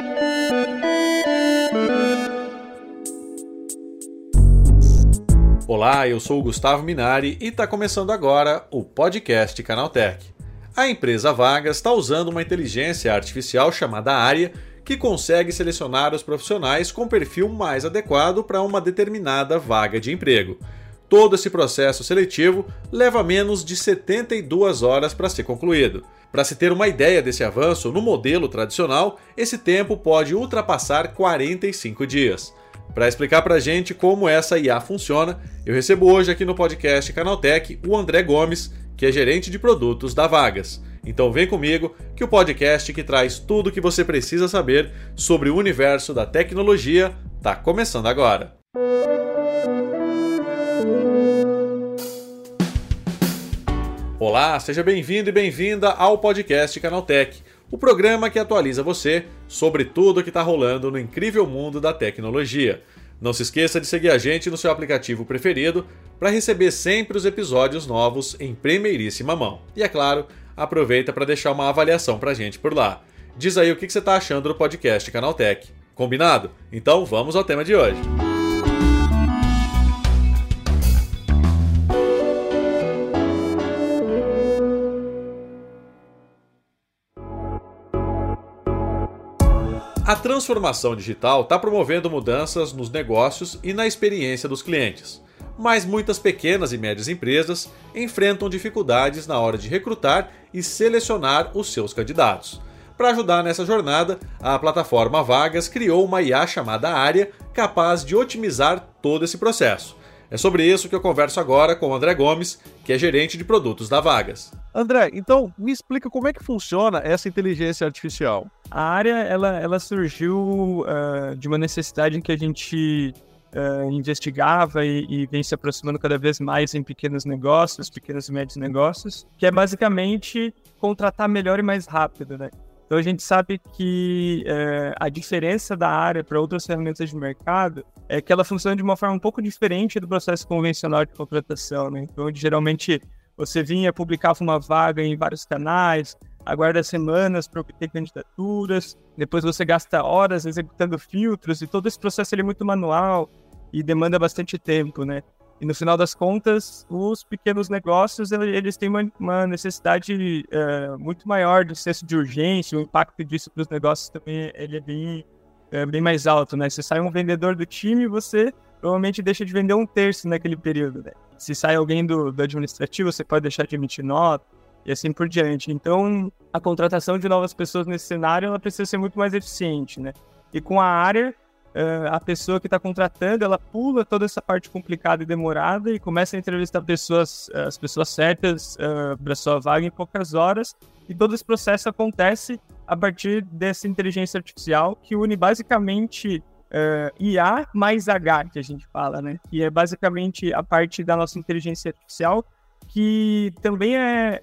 Olá, eu sou o Gustavo Minari e está começando agora o podcast Canaltech. A empresa Vagas está usando uma inteligência artificial chamada Aria que consegue selecionar os profissionais com perfil mais adequado para uma determinada vaga de emprego. Todo esse processo seletivo leva menos de 72 horas para ser concluído. Para se ter uma ideia desse avanço, no modelo tradicional, esse tempo pode ultrapassar 45 dias. Para explicar para a gente como essa IA funciona, eu recebo hoje aqui no podcast Canaltech o André Gomes, que é gerente de produtos da Vagas. Então vem comigo que o podcast que traz tudo o que você precisa saber sobre o universo da tecnologia está começando agora. Olá, seja bem-vindo e bem-vinda ao podcast Canaltech, o programa que atualiza você sobre tudo o que está rolando no incrível mundo da tecnologia. Não se esqueça de seguir a gente no seu aplicativo preferido para receber sempre os episódios novos em primeiríssima mão. E é claro, aproveita para deixar uma avaliação para a gente por lá. Diz aí o que você está achando do podcast Canaltech. Combinado? Então vamos ao tema de hoje. A transformação digital está promovendo mudanças nos negócios e na experiência dos clientes, mas muitas pequenas e médias empresas enfrentam dificuldades na hora de recrutar e selecionar os seus candidatos. Para ajudar nessa jornada, a plataforma Vagas criou uma IA chamada Aria, capaz de otimizar todo esse processo. É sobre isso que eu converso agora com o André Gomes, que é gerente de produtos da Vagas. André, então me explica como é que funciona essa inteligência artificial. A Aria, ela surgiu de uma necessidade em que a gente investigava e vem se aproximando cada vez mais em pequenos negócios, pequenos e médios negócios, que é basicamente contratar melhor e mais rápido, né? Então a gente sabe que a diferença da Aria para outras ferramentas de mercado é que ela funciona de uma forma um pouco diferente do processo convencional de contratação, né? Então geralmente você publicava uma vaga em vários canais, aguarda semanas para obter candidaturas, depois você gasta horas executando filtros e todo esse processo ele é muito manual e demanda bastante tempo, né? E no final das contas, os pequenos negócios eles têm uma necessidade muito maior de senso de urgência, o impacto disso para os negócios também ele é bem mais alto, né? Se sai um vendedor do time, você provavelmente deixa de vender 1/3 naquele período, né? Se sai alguém do administrativo, você pode deixar de emitir nota e assim por diante. Então, a contratação de novas pessoas nesse cenário, ela precisa ser muito mais eficiente, né? E com a Aria, a pessoa que está contratando, ela pula toda essa parte complicada e demorada e começa a entrevistar as pessoas certas para sua vaga em poucas horas. E todo esse processo acontece a partir dessa inteligência artificial que une basicamente IA mais H, que a gente fala, né? Que é basicamente a parte da nossa inteligência artificial que também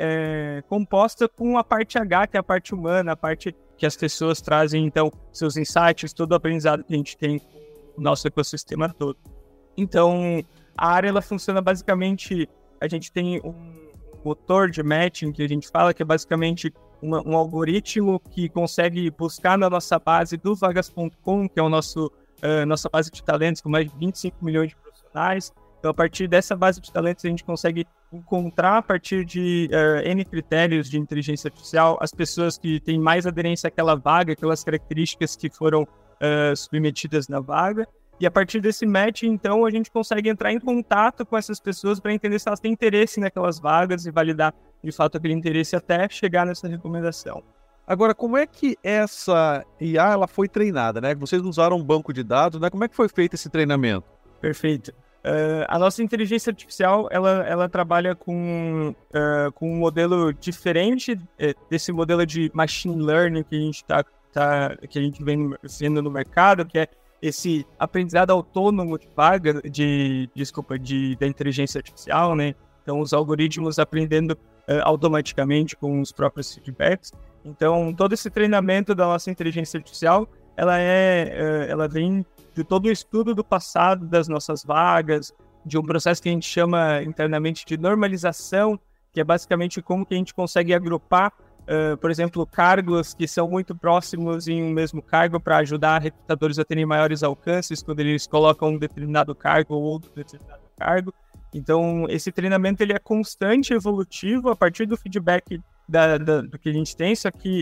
é composta com a parte H, que é a parte humana, a parte que as pessoas trazem, então, seus insights, todo o aprendizado que a gente tem no nosso ecossistema todo. Então, a Aria, ela funciona basicamente, a gente tem um motor de matching, que a gente fala, que é basicamente um algoritmo que consegue buscar na nossa base do Vagas.com, que é nossa base de talentos, com mais de 25 milhões de profissionais. Então, a partir dessa base de talentos, a gente consegue encontrar, a partir de N critérios de inteligência artificial, as pessoas que têm mais aderência àquela vaga, aquelas características que foram submetidas na vaga. E a partir desse match, então, a gente consegue entrar em contato com essas pessoas para entender se elas têm interesse naquelas vagas e validar, de fato, aquele interesse até chegar nessa recomendação. Agora, como é que essa IA ela foi treinada, né? Vocês usaram um banco de dados, né? Como é que foi feito esse treinamento? Perfeito. A nossa inteligência artificial, ela trabalha com um modelo diferente desse modelo de machine learning que a gente que a gente vem vendo no mercado, que é esse aprendizado autônomo de vaga, da inteligência artificial, né? Então, os algoritmos aprendendo automaticamente com os próprios feedbacks. Então, todo esse treinamento da nossa inteligência artificial, ela vem de todo o estudo do passado das nossas vagas, de um processo que a gente chama internamente de normalização, que é basicamente como que a gente consegue agrupar por exemplo, cargos que são muito próximos em um mesmo cargo para ajudar recrutadores a terem maiores alcances quando eles colocam um determinado cargo ou outro determinado cargo. Então, esse treinamento ele é constante, evolutivo, a partir do feedback do que a gente tem, só que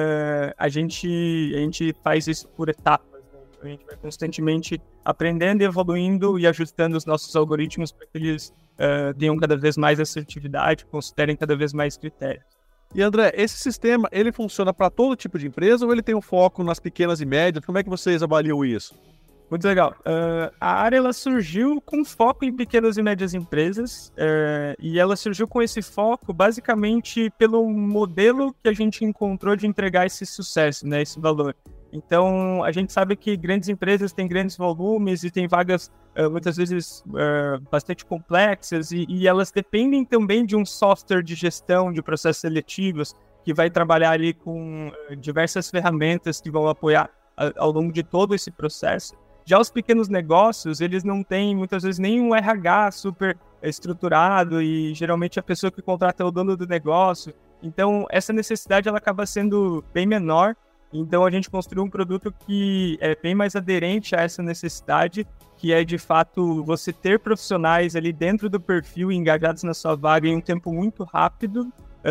a gente faz isso por etapas. Né? A gente vai constantemente aprendendo, evoluindo e ajustando os nossos algoritmos para que eles tenham cada vez mais assertividade, considerem cada vez mais critérios. E André, esse sistema, ele funciona para todo tipo de empresa ou ele tem um foco nas pequenas e médias? Como é que vocês avaliam isso? Muito legal. A área ela surgiu com foco em pequenas e médias empresas e ela surgiu com esse foco basicamente pelo modelo que a gente encontrou de entregar esse sucesso, né, esse valor. Então, a gente sabe que grandes empresas têm grandes volumes e têm vagas muitas vezes bastante complexas e elas dependem também de um software de gestão de processos seletivos que vai trabalhar ali com diversas ferramentas que vão apoiar ao longo de todo esse processo. Já os pequenos negócios, eles não têm muitas vezes nem um RH super estruturado e geralmente a pessoa que contrata é o dono do negócio. Então, essa necessidade ela acaba sendo bem menor. Então, a gente construiu um produto que é bem mais aderente a essa necessidade, que é, de fato, você ter profissionais ali dentro do perfil engajados na sua vaga em um tempo muito rápido,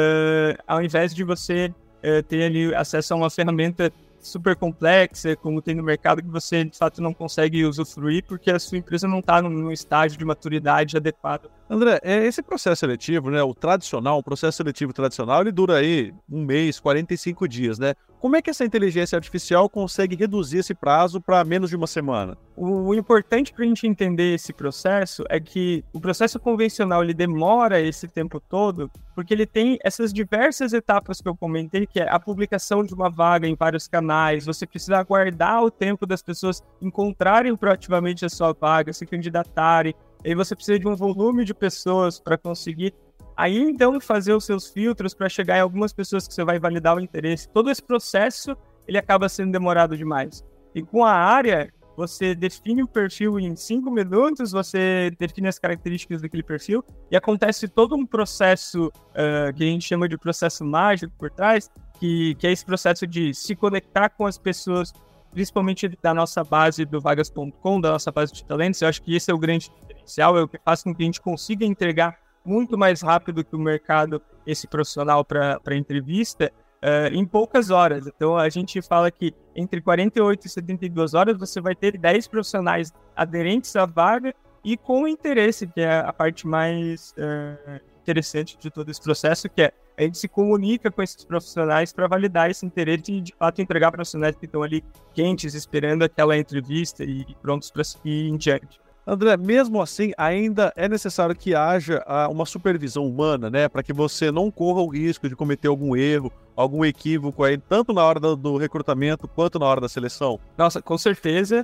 ao invés de você ter ali acesso a uma ferramenta super complexa, como tem no mercado, que você, de fato, não consegue usufruir porque a sua empresa não está num estágio de maturidade adequado. André, esse processo seletivo, né, o processo seletivo tradicional, ele dura aí 1 mês, 45 dias, né? Como é que essa inteligência artificial consegue reduzir esse prazo para menos de uma semana? O importante para a gente entender esse processo é que o processo convencional ele demora esse tempo todo porque ele tem essas diversas etapas que eu comentei, que é a publicação de uma vaga em vários canais, você precisa aguardar o tempo das pessoas encontrarem proativamente a sua vaga, se candidatarem, aí você precisa de um volume de pessoas para conseguir aí então fazer os seus filtros para chegar em algumas pessoas que você vai validar o interesse. Todo esse processo ele acaba sendo demorado demais. E com a área, você define o perfil em 5 minutos, você define as características daquele perfil e acontece todo um processo que a gente chama de processo mágico por trás, que é esse processo de se conectar com as pessoas, principalmente da nossa base do Vagas.com, da nossa base de talentos. Eu acho que esse é o grande diferencial, é o que faz com que a gente consiga entregar muito mais rápido que o mercado esse profissional para entrevista em poucas horas. Então, a gente fala que entre 48 e 72 horas você vai ter 10 profissionais aderentes à vaga e com interesse, que é a parte mais interessante de todo esse processo, que é a gente se comunica com esses profissionais para validar esse interesse e, de fato, entregar profissionais que estão ali quentes, esperando aquela entrevista e prontos para seguir em diante. André, mesmo assim, ainda é necessário que haja uma supervisão humana, né? Para que você não corra o risco de cometer algum erro, algum equívoco aí, tanto na hora do recrutamento quanto na hora da seleção. Nossa, com certeza.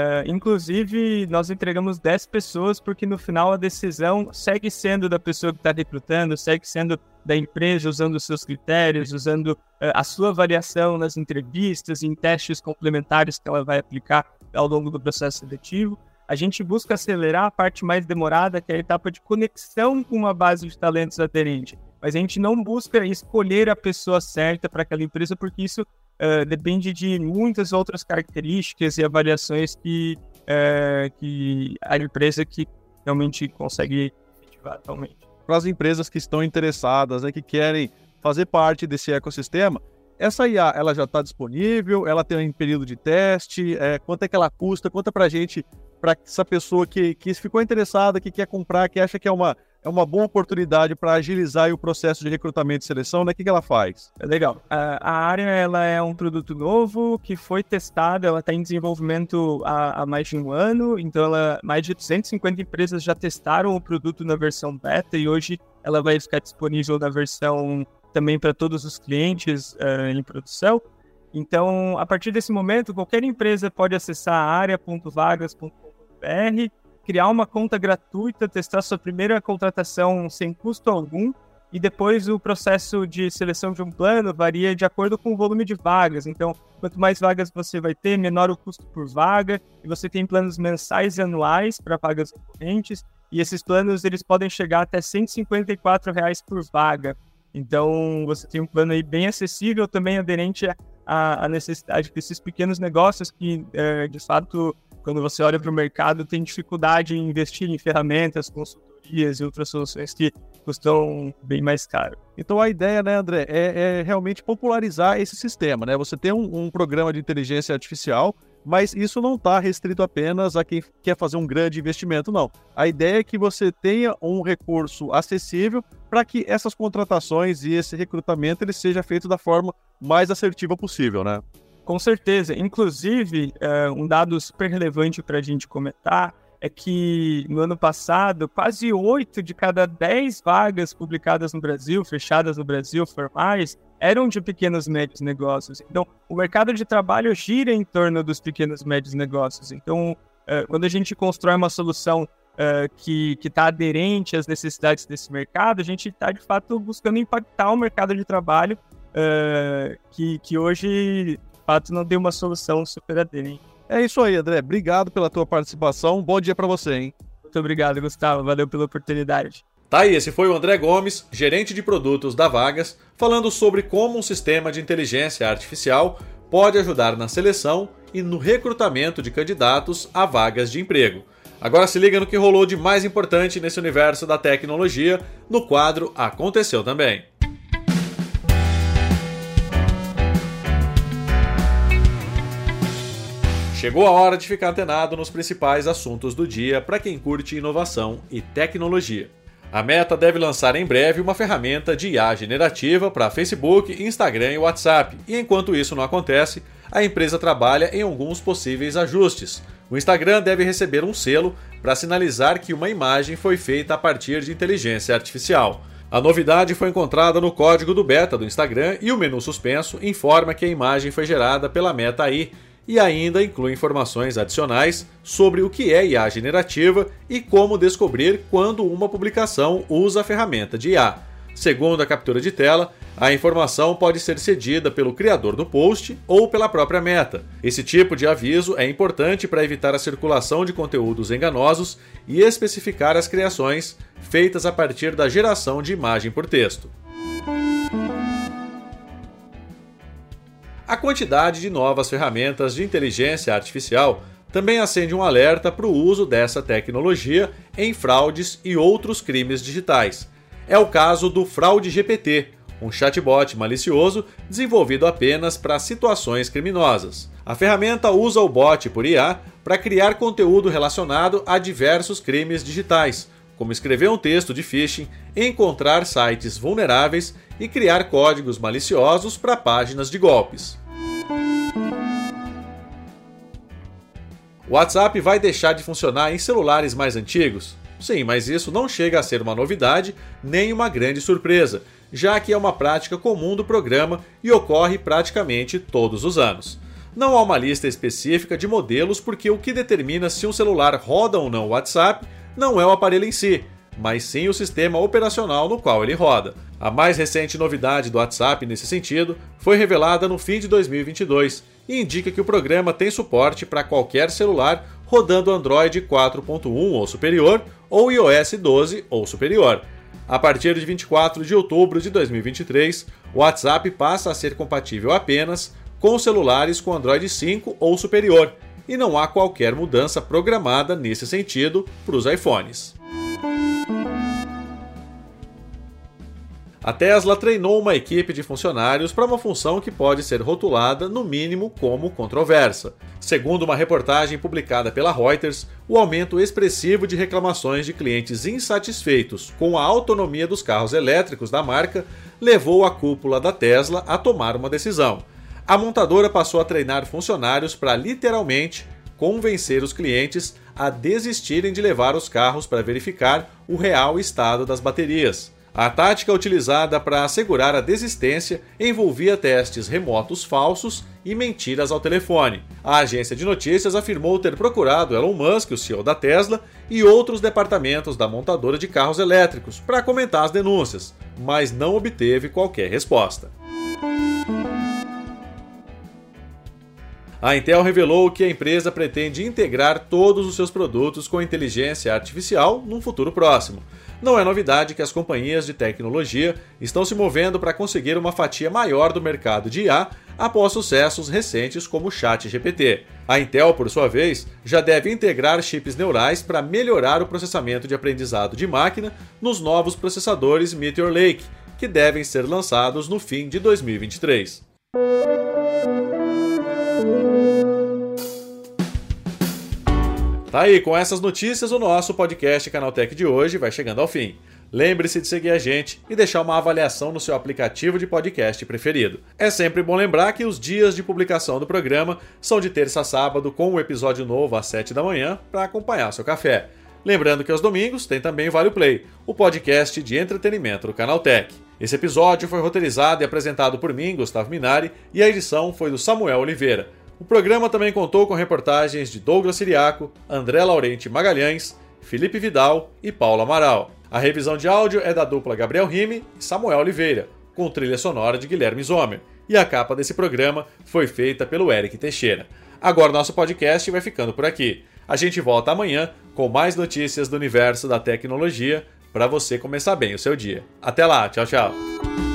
Inclusive, nós entregamos 10 pessoas porque no final a decisão segue sendo da pessoa que está recrutando, segue sendo da empresa, usando os seus critérios, usando a sua avaliação nas entrevistas, em testes complementares que ela vai aplicar ao longo do processo seletivo. A gente busca acelerar a parte mais demorada, que é a etapa de conexão com uma base de talentos aderente. Mas a gente não busca escolher a pessoa certa para aquela empresa, porque isso depende de muitas outras características e avaliações que a empresa que realmente consegue efetivar atualmente. Para as empresas que estão interessadas, né, que querem fazer parte desse ecossistema, essa IA, ela já está disponível? Ela tem um período de teste? Quanto é que ela custa? Conta para a gente, para essa pessoa que ficou interessada, que quer comprar, que acha que é uma boa oportunidade para agilizar o processo de recrutamento e seleção, né? O que ela faz? Legal. A área ela é um produto novo que foi testado, ela está em desenvolvimento há mais de um ano, então mais de 250 empresas já testaram o produto na versão beta e hoje ela vai ficar disponível na versão também para todos os clientes em produção. Então, a partir desse momento, qualquer empresa pode acessar area.vagas.com.br, criar uma conta gratuita, testar sua primeira contratação sem custo algum, e depois o processo de seleção de um plano varia de acordo com o volume de vagas. Então, quanto mais vagas você vai ter, menor o custo por vaga, e você tem planos mensais e anuais para vagas recorrentes, e esses planos eles podem chegar até R$ 154 por vaga. Então, você tem um plano aí bem acessível, também aderente à necessidade desses pequenos negócios que, de fato, quando você olha para o mercado, tem dificuldade em investir em ferramentas, consultorias e outras soluções que custam bem mais caro. Então a ideia, né, André, é realmente popularizar esse sistema, né? Você tem um programa de inteligência artificial, mas isso não está restrito apenas a quem quer fazer um grande investimento, não. A ideia é que você tenha um recurso acessível para que essas contratações e esse recrutamento ele seja feito da forma mais assertiva possível, né? Com certeza. Inclusive, um dado super relevante para a gente comentar é que no ano passado, quase 8 de cada 10 vagas publicadas no Brasil, fechadas no Brasil, formais, eram de pequenos e médios negócios. Então, o mercado de trabalho gira em torno dos pequenos e médios negócios. Então, quando a gente constrói uma solução que está aderente às necessidades desse mercado, a gente está, de fato, buscando impactar o mercado de trabalho que hoje, de fato, não tem uma solução super aderente. É isso aí, André. Obrigado pela tua participação. Bom dia para você, hein? Muito obrigado, Gustavo. Valeu pela oportunidade. Tá aí, esse foi o André Gomes, gerente de produtos da Vagas, falando sobre como um sistema de inteligência artificial pode ajudar na seleção e no recrutamento de candidatos a vagas de emprego. Agora se liga no que rolou de mais importante nesse universo da tecnologia no quadro Aconteceu Também. Chegou a hora de ficar antenado nos principais assuntos do dia para quem curte inovação e tecnologia. A Meta deve lançar em breve uma ferramenta de IA generativa para Facebook, Instagram e WhatsApp, e enquanto isso não acontece, a empresa trabalha em alguns possíveis ajustes. O Instagram deve receber um selo para sinalizar que uma imagem foi feita a partir de inteligência artificial. A novidade foi encontrada no código do beta do Instagram e o menu suspenso informa que a imagem foi gerada pela Meta AI, e ainda inclui informações adicionais sobre o que é IA generativa e como descobrir quando uma publicação usa a ferramenta de IA. Segundo a captura de tela, a informação pode ser cedida pelo criador do post ou pela própria Meta. Esse tipo de aviso é importante para evitar a circulação de conteúdos enganosos e especificar as criações feitas a partir da geração de imagem por texto. A quantidade de novas ferramentas de inteligência artificial também acende um alerta para o uso dessa tecnologia em fraudes e outros crimes digitais. É o caso do Fraude GPT, um chatbot malicioso desenvolvido apenas para situações criminosas. A ferramenta usa o bot por IA para criar conteúdo relacionado a diversos crimes digitais, como escrever um texto de phishing, encontrar sites vulneráveis e criar códigos maliciosos para páginas de golpes. O WhatsApp vai deixar de funcionar em celulares mais antigos? Sim, mas isso não chega a ser uma novidade nem uma grande surpresa, já que é uma prática comum do programa e ocorre praticamente todos os anos. Não há uma lista específica de modelos porque o que determina se um celular roda ou não o WhatsApp não é o aparelho em si, mas sim o sistema operacional no qual ele roda. A mais recente novidade do WhatsApp nesse sentido foi revelada no fim de 2022 e indica que o programa tem suporte para qualquer celular rodando Android 4.1 ou superior ou iOS 12 ou superior. A partir de 24 de outubro de 2023, o WhatsApp passa a ser compatível apenas com celulares com Android 5 ou superior, e não há qualquer mudança programada nesse sentido para os iPhones. A Tesla treinou uma equipe de funcionários para uma função que pode ser rotulada, no mínimo, como controversa. Segundo uma reportagem publicada pela Reuters, o aumento expressivo de reclamações de clientes insatisfeitos com a autonomia dos carros elétricos da marca levou a cúpula da Tesla a tomar uma decisão. A montadora passou a treinar funcionários para, literalmente, convencer os clientes a desistirem de levar os carros para verificar o real estado das baterias. A tática utilizada para assegurar a desistência envolvia testes remotos falsos e mentiras ao telefone. A agência de notícias afirmou ter procurado Elon Musk, o CEO da Tesla, e outros departamentos da montadora de carros elétricos para comentar as denúncias, mas não obteve qualquer resposta. A Intel revelou que a empresa pretende integrar todos os seus produtos com inteligência artificial num futuro próximo. Não é novidade que as companhias de tecnologia estão se movendo para conseguir uma fatia maior do mercado de IA após sucessos recentes como o ChatGPT. A Intel, por sua vez, já deve integrar chips neurais para melhorar o processamento de aprendizado de máquina nos novos processadores Meteor Lake, que devem ser lançados no fim de 2023. Tá aí, com essas notícias, o nosso podcast Canaltech de hoje vai chegando ao fim. Lembre-se de seguir a gente e deixar uma avaliação no seu aplicativo de podcast preferido. É sempre bom lembrar que os dias de publicação do programa são de terça a sábado, com um episódio novo às 7 da manhã para acompanhar seu café. Lembrando que aos domingos tem também Vale o Play, o podcast de entretenimento do Canaltech. Esse episódio foi roteirizado e apresentado por mim, Gustavo Minari, e a edição foi do Samuel Oliveira. O programa também contou com reportagens de Douglas Siriaco, André Laurenti Magalhães, Felipe Vidal e Paulo Amaral. A revisão de áudio é da dupla Gabriel Rime e Samuel Oliveira, com trilha sonora de Guilherme Zomer. E a capa desse programa foi feita pelo Eric Teixeira. Agora nosso podcast vai ficando por aqui. A gente volta amanhã com mais notícias do universo da tecnologia para você começar bem o seu dia. Até lá, tchau, tchau!